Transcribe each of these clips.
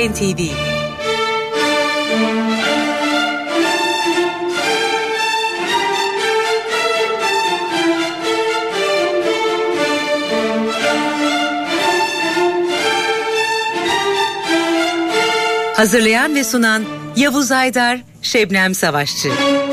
NTV. Hazırlayan ve sunan Yavuz Aydar, Şebnem Savaşçı.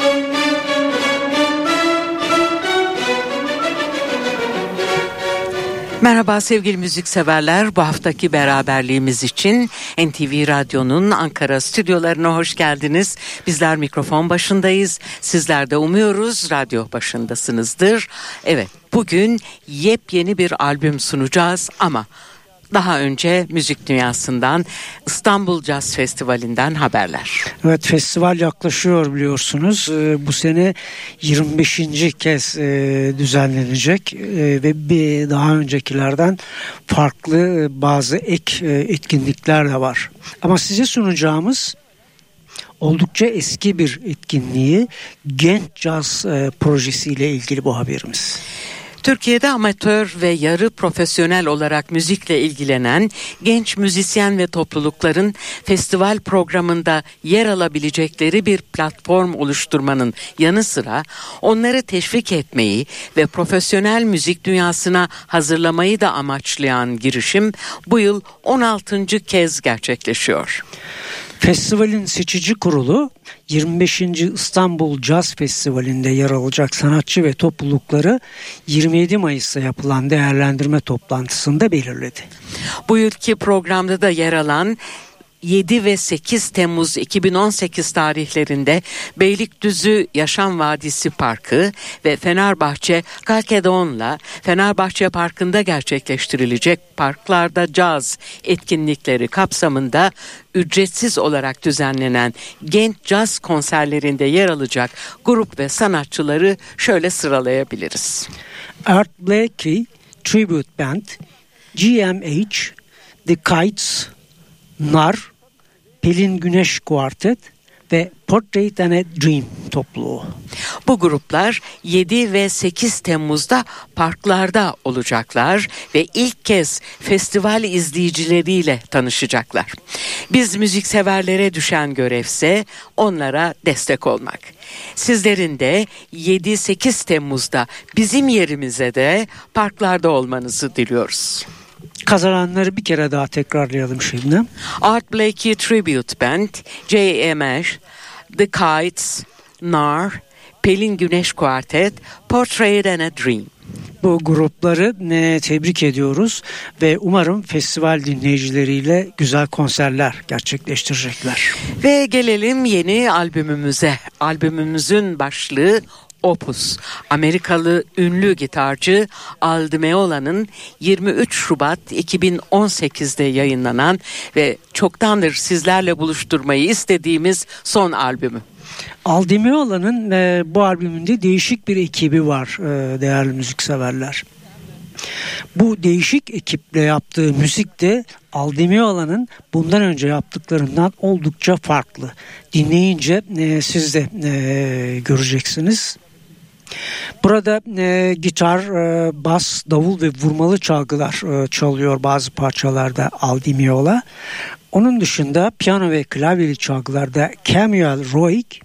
Merhaba sevgili müzikseverler, bu haftaki beraberliğimiz için NTV Radyo'nun Ankara stüdyolarına hoş geldiniz. Bizler mikrofon başındayız, sizler de umuyoruz radyo başındasınızdır. Evet, bugün yepyeni bir albüm sunacağız ama daha önce müzik dünyasından, İstanbul Jazz Festivali'nden haberler. Evet, festival yaklaşıyor biliyorsunuz. Bu sene 25. kez düzenlenecek ve daha öncekilerden farklı bazı ek etkinlikler de var. Ama size sunacağımız oldukça eski bir etkinliği, Genç Caz projesiyle ilgili bu haberimiz. Türkiye'de amatör ve yarı profesyonel olarak müzikle ilgilenen genç müzisyen ve toplulukların festival programında yer alabilecekleri bir platform oluşturmanın yanı sıra onları teşvik etmeyi ve profesyonel müzik dünyasına hazırlamayı da amaçlayan girişim bu yıl 16. kez gerçekleşiyor. Festivalin seçici kurulu 25. İstanbul Jazz Festivali'nde yer alacak sanatçı ve toplulukları 27 Mayıs'ta yapılan değerlendirme toplantısında belirledi. Bu yılki programda da yer alan 7 ve 8 Temmuz 2018 tarihlerinde Beylikdüzü Yaşam Vadisi Parkı ve Fenerbahçe Kalkedon'la Fenerbahçe Parkı'nda gerçekleştirilecek Parklarda Caz etkinlikleri kapsamında ücretsiz olarak düzenlenen genç caz konserlerinde yer alacak grup ve sanatçıları şöyle sıralayabiliriz. Art Blakey Tribute Band, GMH, The Kites, Nar, Pelin Güneş Kuartet ve Portrait and a Dream topluluğu. Bu gruplar 7 ve 8 Temmuz'da parklarda olacaklar ve ilk kez festival izleyicileriyle tanışacaklar. Biz müzikseverlere düşen görevse onlara destek olmak. Sizlerin de 7-8 Temmuz'da bizim yerimize de parklarda olmanızı diliyoruz. Kazananları bir kere daha tekrarlayalım şimdi. Art Blakey Tribute Band, JMH, The Kites, Nar, Pelin Güneş Kuartet, Portrait and a Dream. Bu grupları tebrik ediyoruz ve umarım festival dinleyicileriyle güzel konserler gerçekleştirecekler. Ve gelelim yeni albümümüze. Albümümüzün başlığı Opus. Amerikalı ünlü gitarcı Al Di Meola'nın 23 Şubat 2018'de yayınlanan ve çoktandır sizlerle buluşturmayı istediğimiz son albümü. Al Di Meola'nın bu albümünde değişik bir ekibi var değerli müzikseverler. Bu değişik ekiple yaptığı müzik de Al Di Meola'nın bundan önce yaptıklarından oldukça farklı. Dinleyince siz de göreceksiniz. Burada gitar, bas, davul ve vurmalı çalgılar çalıyor bazı parçalarda Al Di Meola. Onun dışında piyano ve klavyeli çalgılarda Camille Roig,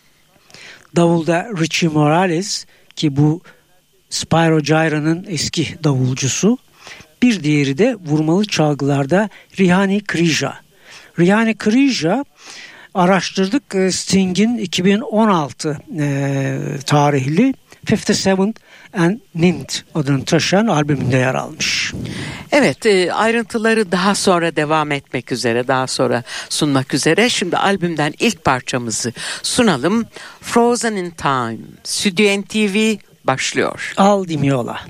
davulda Richie Morales ki bu Spyro Gyra'nın eski davulcusu. Bir diğeri de vurmalı çalgılarda Rihani Krija. Rihani Krija araştırdık, Sting'in 2016 tarihli 57 and Nint adını taşıyan albümünde yer almış. Evet, ayrıntıları daha sonra devam etmek üzere, daha sonra sunmak üzere. Şimdi albümden ilk parçamızı sunalım. Frozen in Time. Stüdyo NTV başlıyor. Al Di Meola.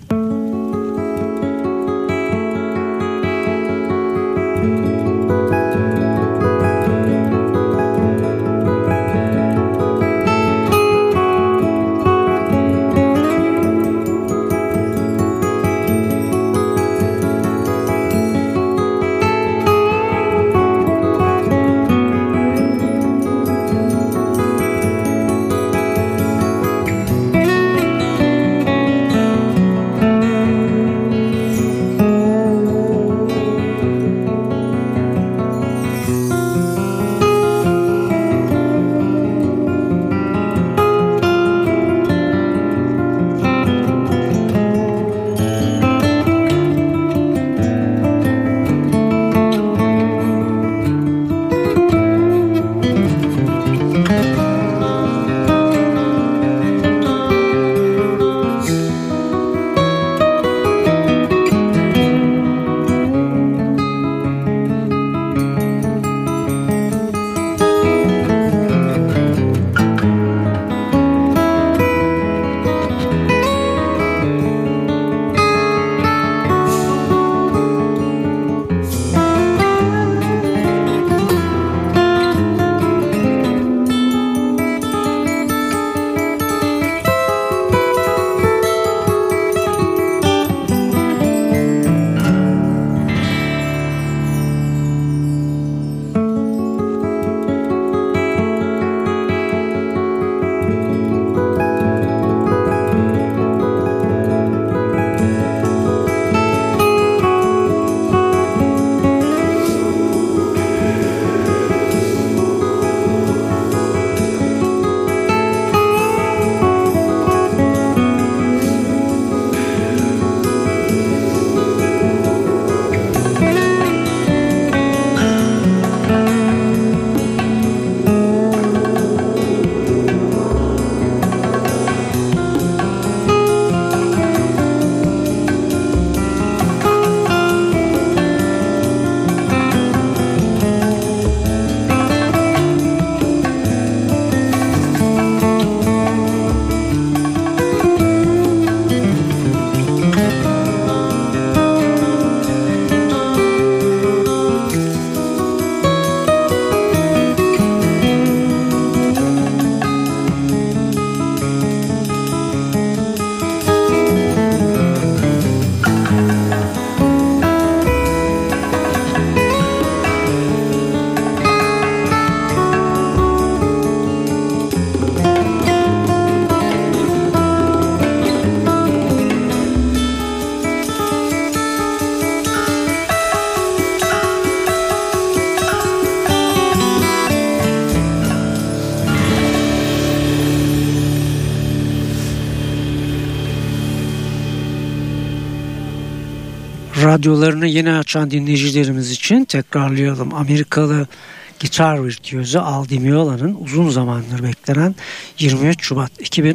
Radyolarını yeni açan dinleyicilerimiz için tekrarlayalım. Amerikalı gitar virtüözü Al Di Meolo'nun uzun zamandır beklenen 23 Şubat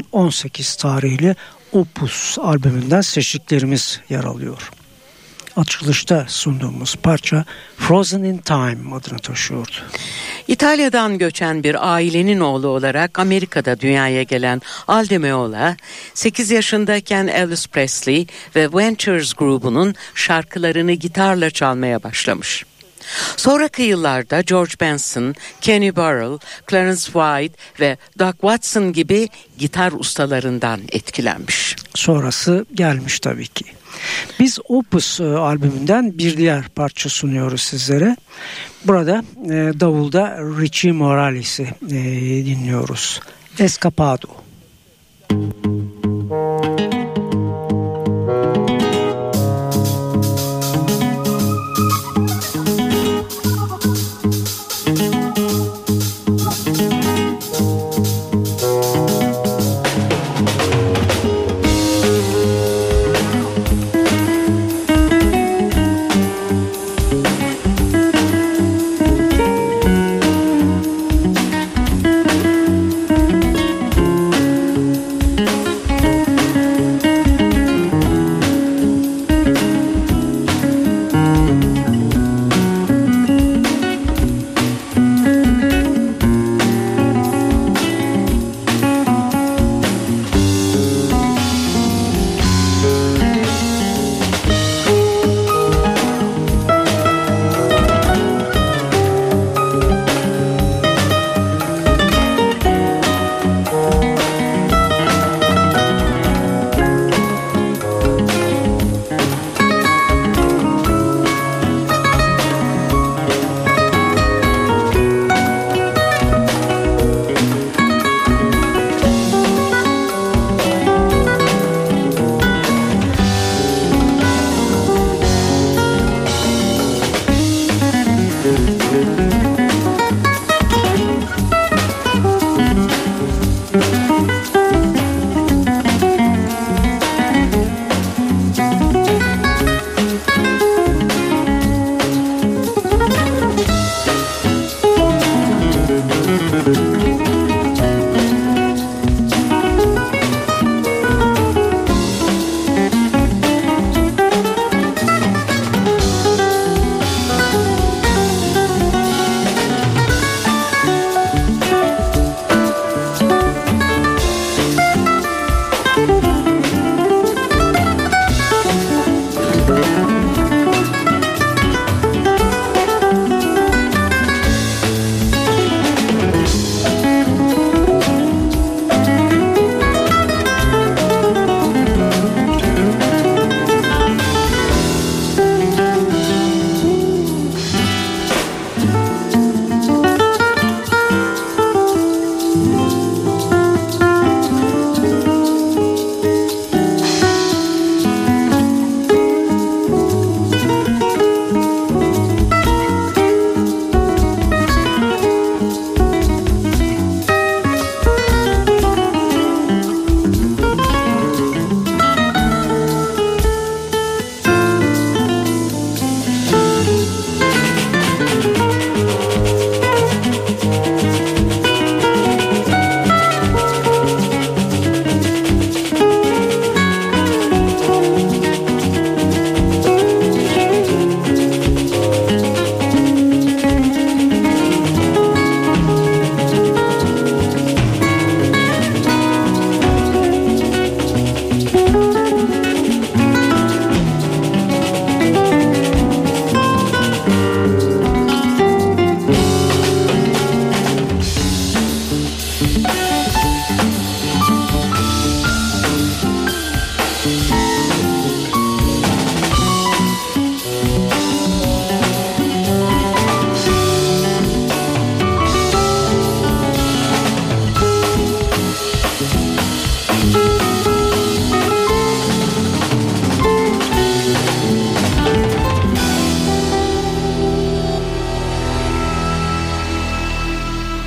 2018 tarihli Opus albümünden seçtiklerimiz yer alıyor. Açılışta sunduğumuz parça Frozen in Time adını taşıyordu. İtalya'dan göçen bir ailenin oğlu olarak Amerika'da dünyaya gelen Al Di Meola, 8 yaşındayken Elvis Presley ve Ventures grubunun şarkılarını gitarla çalmaya başlamış. Sonraki yıllarda George Benson, Kenny Burrell, Clarence White ve Doug Watson gibi gitar ustalarından etkilenmiş. Sonrası gelmiş tabii ki. Biz Opus albümünden bir diğer parça sunuyoruz sizlere. Burada davulda Richie Morales'i dinliyoruz. Escapado.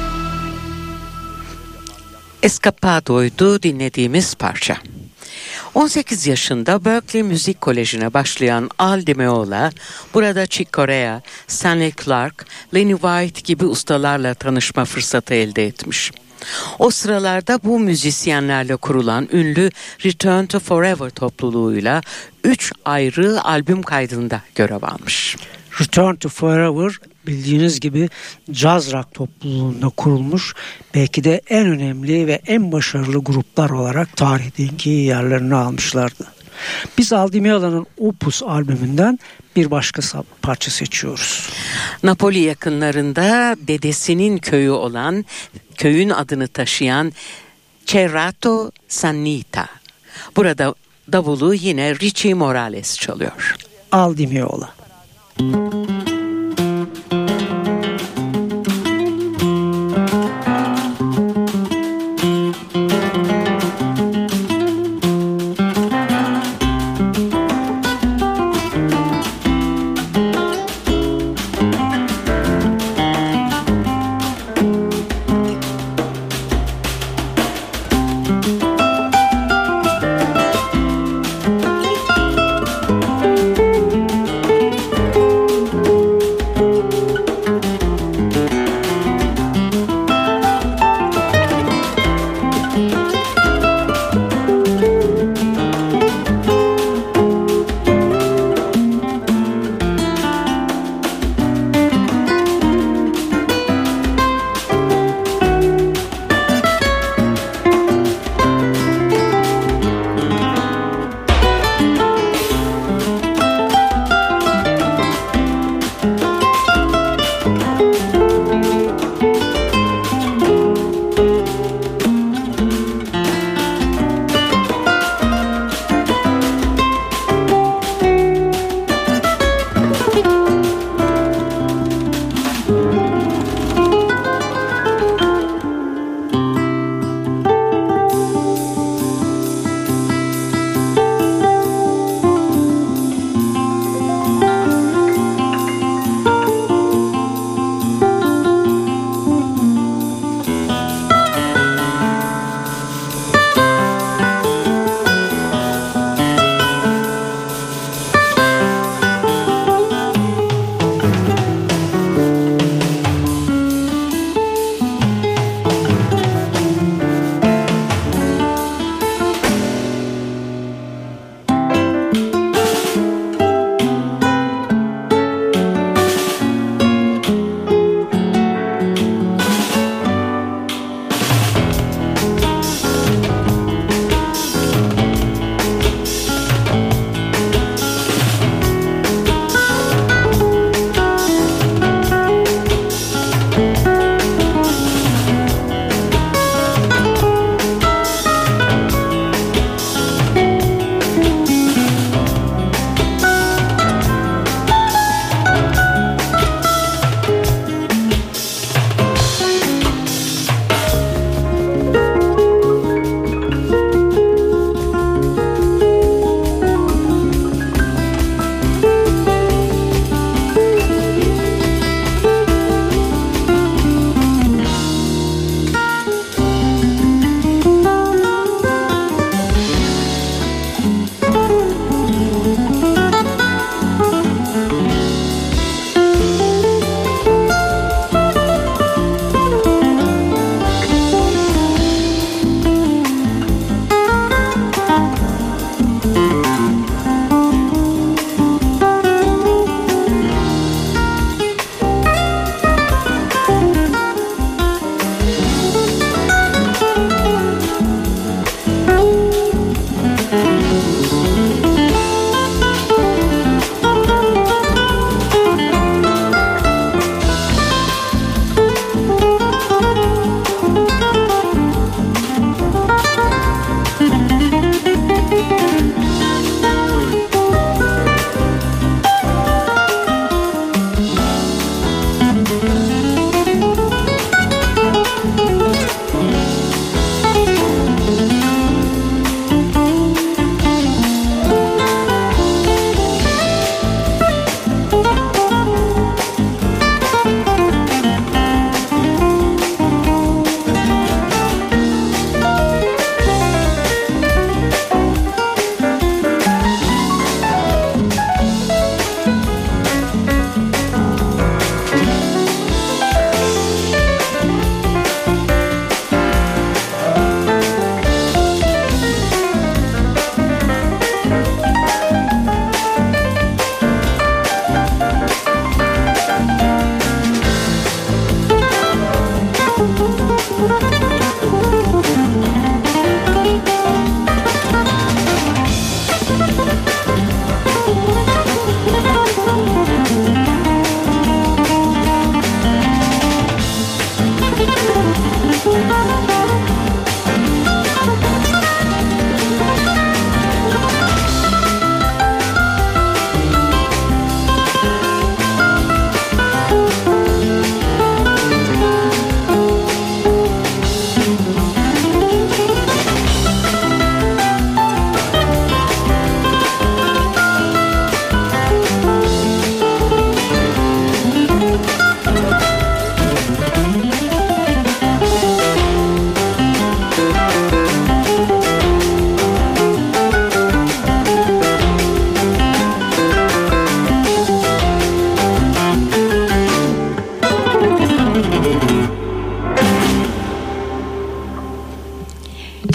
Escapado'ydu dinlediğimiz parça. 18 yaşında Berklee Müzik Koleji'ne başlayan Al Di Meola, burada Chick Corea, Stanley Clarke, Lenny White gibi ustalarla tanışma fırsatı elde etmiş. O sıralarda bu müzisyenlerle kurulan ünlü Return to Forever topluluğuyla 3 ayrı albüm kaydında görev almış. Return to Forever bildiğiniz gibi caz rock topluluğunda kurulmuş, belki de en önemli ve en başarılı gruplar olarak tarihteki yerlerini almışlardı. Biz Al Di Meola'nın Opus albümünden bir başka parça seçiyoruz. Napoli yakınlarında dedesinin köyü olan, köyün adını taşıyan Cerrato Sannita. Burada davulu yine Richie Morales çalıyor. Al Di Meola.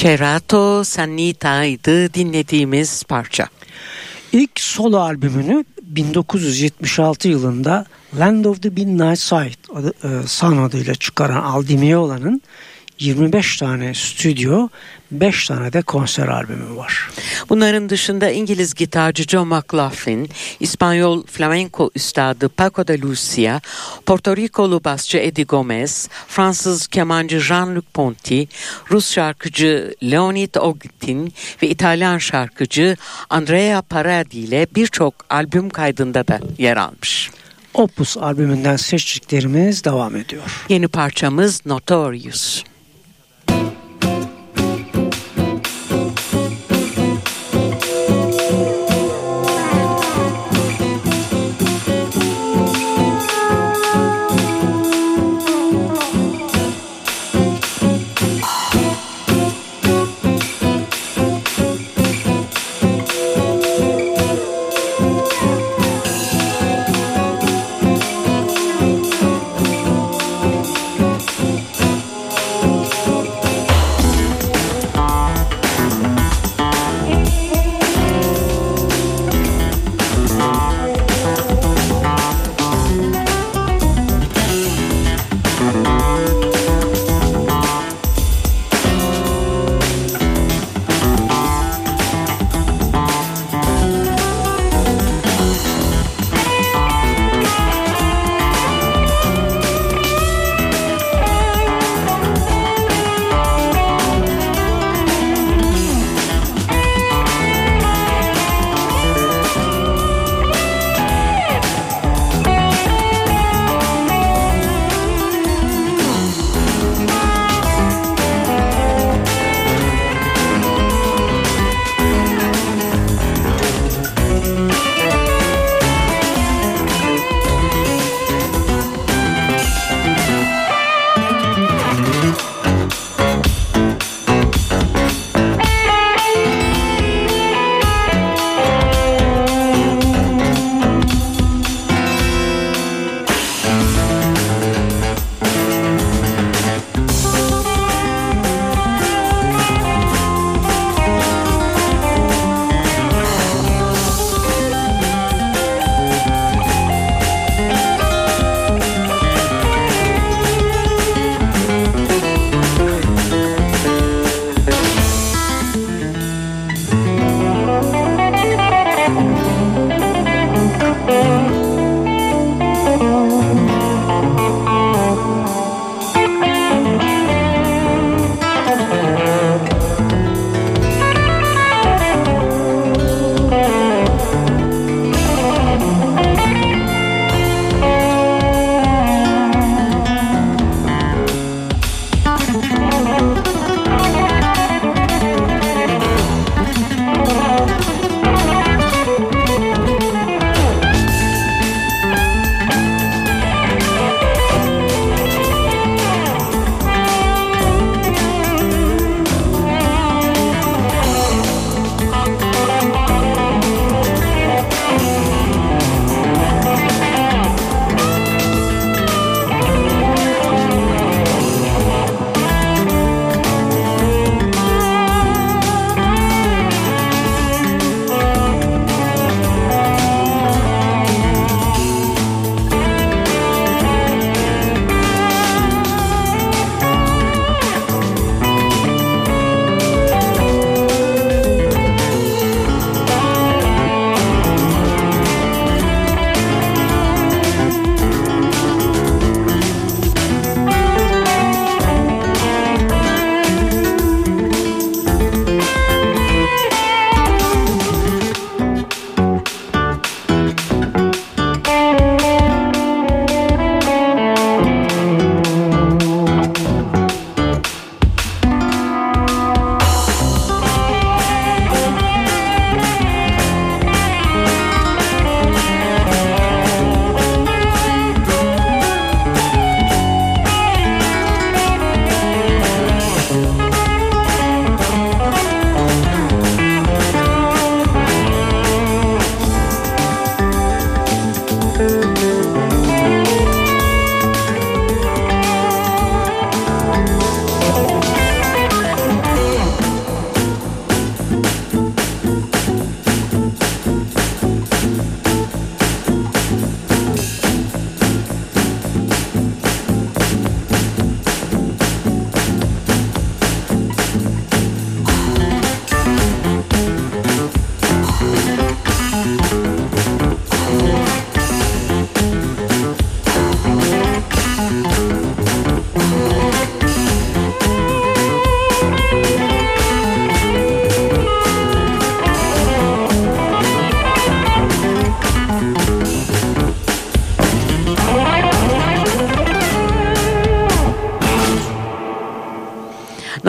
Cerato Sanita'ydı dinlediğimiz parça. İlk solo albümünü 1976 yılında Land of the Midnight Sun adıyla çıkaran Al Di Meolo'nun 25 tane stüdyo, 5 tane de konser albümü var. Bunların dışında İngiliz gitarcı John McLaughlin, İspanyol flamenco üstadı Paco de Lucia, Porto Rikolu basçı Eddie Gomez, Fransız kemancı Jean-Luc Ponty, Rus şarkıcı Leonid Ogtin ve İtalyan şarkıcı Andrea Paradi ile birçok albüm kaydında da yer almış. Opus albümünden seçtiklerimiz devam ediyor. Yeni parçamız Notorious.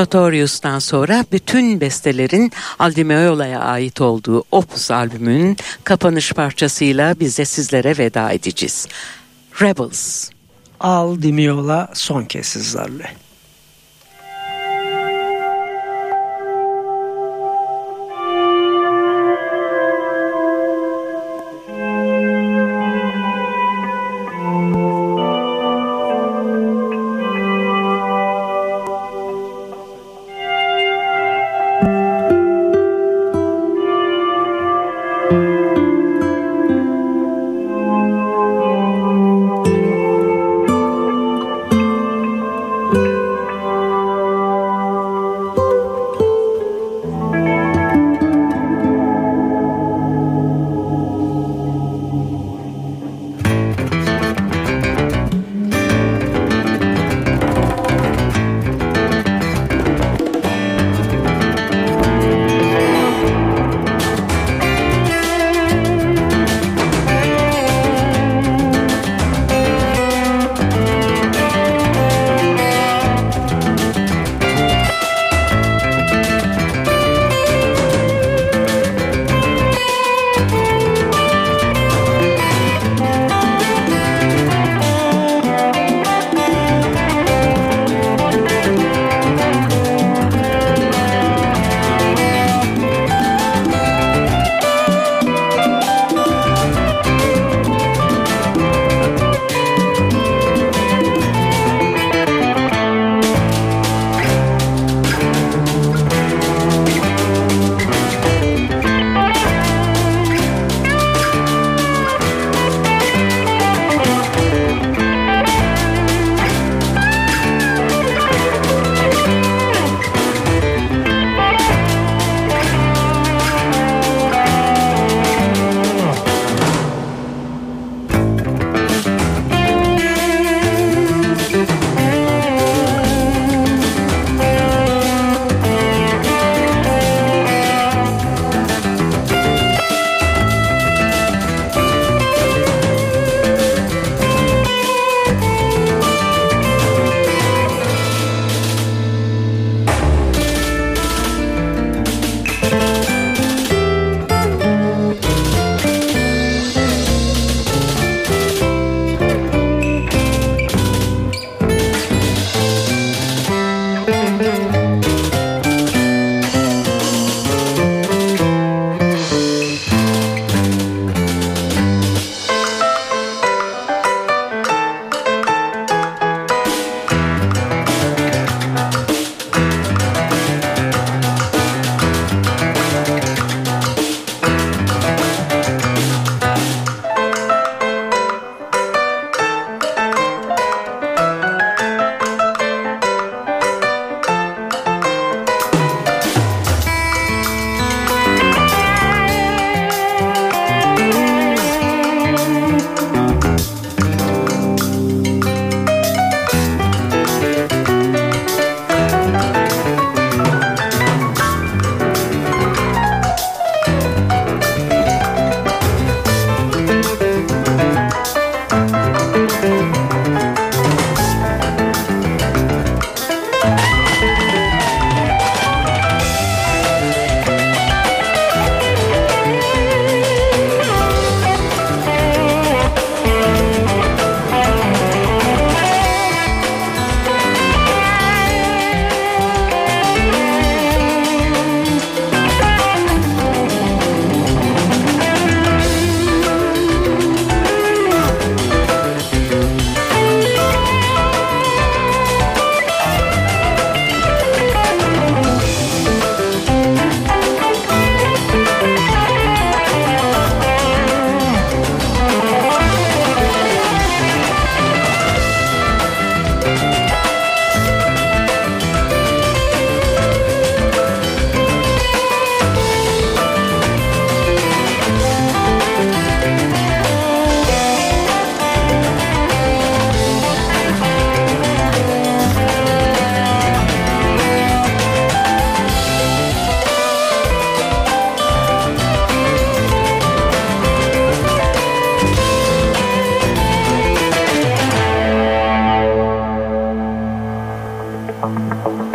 Notorious'tan sonra bütün bestelerin Al Di Meolo'ya ait olduğu Opus albümünün kapanış parçasıyla biz de sizlere veda edeceğiz. Rebels. Al Di Meola son kez sizlerle.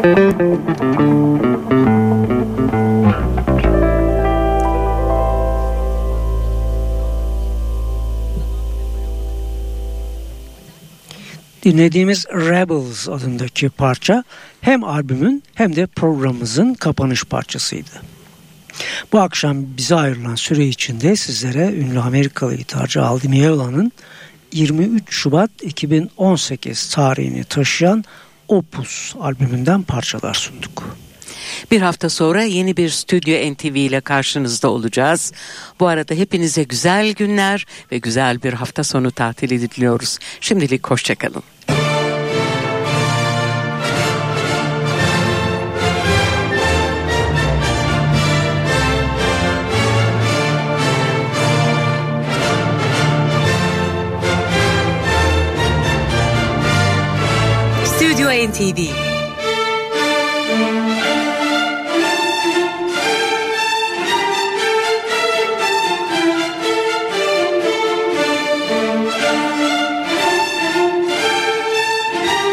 Dinlediğimiz Rebels adındaki parça hem albümün hem de programımızın kapanış parçasıydı. Bu akşam bize ayrılan süre içinde sizlere ünlü Amerikalı gitarcı Al Di Meolo'nun 23 Şubat 2018 tarihini taşıyan Opus albümünden parçalar sunduk. Bir hafta sonra yeni bir Stüdyo NTV ile karşınızda olacağız. Bu arada hepinize güzel günler ve güzel bir hafta sonu tatili diliyoruz. Şimdilik hoşçakalın. Stüdyo NTV.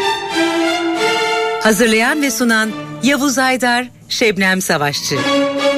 Hazırlayan ve sunan Yavuz Aydar, Şebnem Savaşçı.